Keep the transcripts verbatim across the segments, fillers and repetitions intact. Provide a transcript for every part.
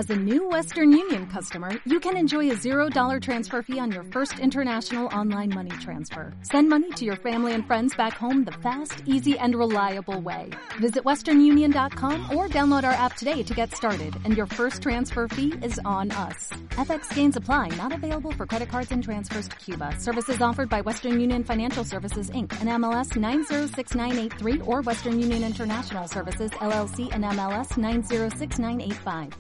As a new Western Union customer, you can enjoy a zero dollar transfer fee on your first international online money transfer. Send money to your family and friends back home the fast, easy, and reliable way. Visit western union dot com or download our app today to get started, and your first transfer fee is on us. F X gains apply, not available for credit cards and transfers to Cuba. Services offered by Western Union Financial Services, Incorporated, and M L S nine zero six nine eight three or Western Union International Services, L L C, and M L S nine zero six nine eight five.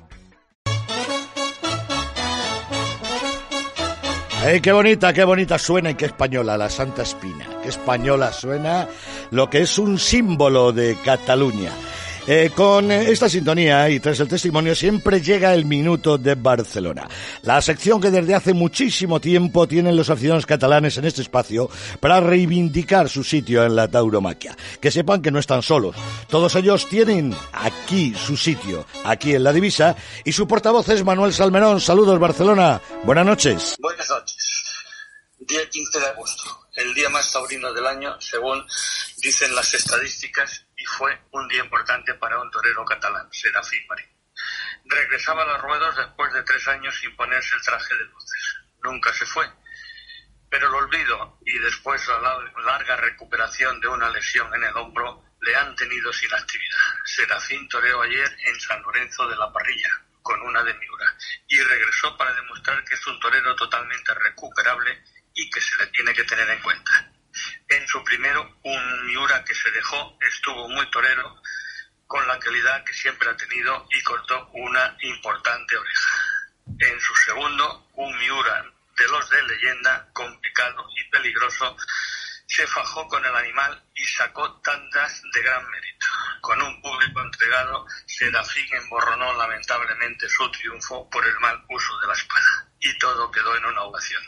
¡Ay, qué bonita, qué bonita suena y qué española la Santa Espina! ¡Qué española suena lo que es un símbolo de Cataluña! Eh, con esta sintonía y tras el testimonio siempre llega el Minuto de Barcelona, la sección que desde hace muchísimo tiempo tienen los aficionados catalanes en este espacio para reivindicar su sitio en la tauromaquia. Que sepan que no están solos, todos ellos tienen aquí su sitio, aquí en la divisa, y su portavoz es Manuel Salmerón. Saludos, Barcelona, buenas noches. Buenas noches. Día quince de agosto, el día más taurino del año, según dicen las estadísticas, y fue un día importante para un torero catalán, Serafín Marín. Regresaba a los ruedos después de tres años sin ponerse el traje de luces. Nunca se fue, pero el olvido y después la larga recuperación de una lesión en el hombro le han tenido sin actividad. Serafín toreó ayer en San Lorenzo de la Parrilla, con una de Miura, y regresó para demostrar que es un torero totalmente recuperable y que se le tiene que tener en cuenta. En su primero, un Miura que se dejó, estuvo muy torero, con la calidad que siempre ha tenido, y cortó una importante oreja. En su segundo, un Miura de los de leyenda, complicado y peligroso, se fajó con el animal y sacó tandas de gran mérito. Con un público entregado, Serafín emborronó lamentablemente su triunfo por el mal uso de la espada, y todo quedó en una ovación.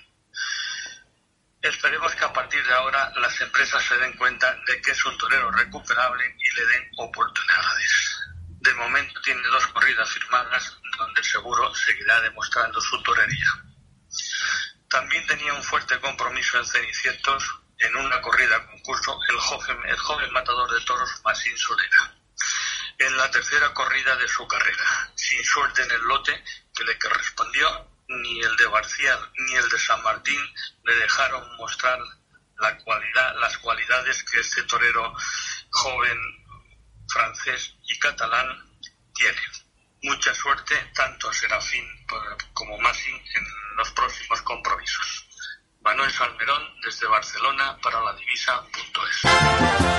Esperemos que a partir de ahora las empresas se den cuenta de que es un torero recuperable y le den oportunidades. De momento tiene dos corridas firmadas donde seguro seguirá demostrando su torería. También tenía un fuerte compromiso en Cenicientos en una corrida concurso el joven, el joven matador de toros Masín Solera. En la tercera corrida de su carrera, sin suerte en el lote que le correspondió, ni el de Barcial ni el de San Martín le dejaron mostrar la cualidad, las cualidades que este torero joven francés y catalán tiene. Mucha suerte tanto a Serafín como Masín en los próximos compromisos. Manuel Salmerón desde Barcelona para la divisa punto es.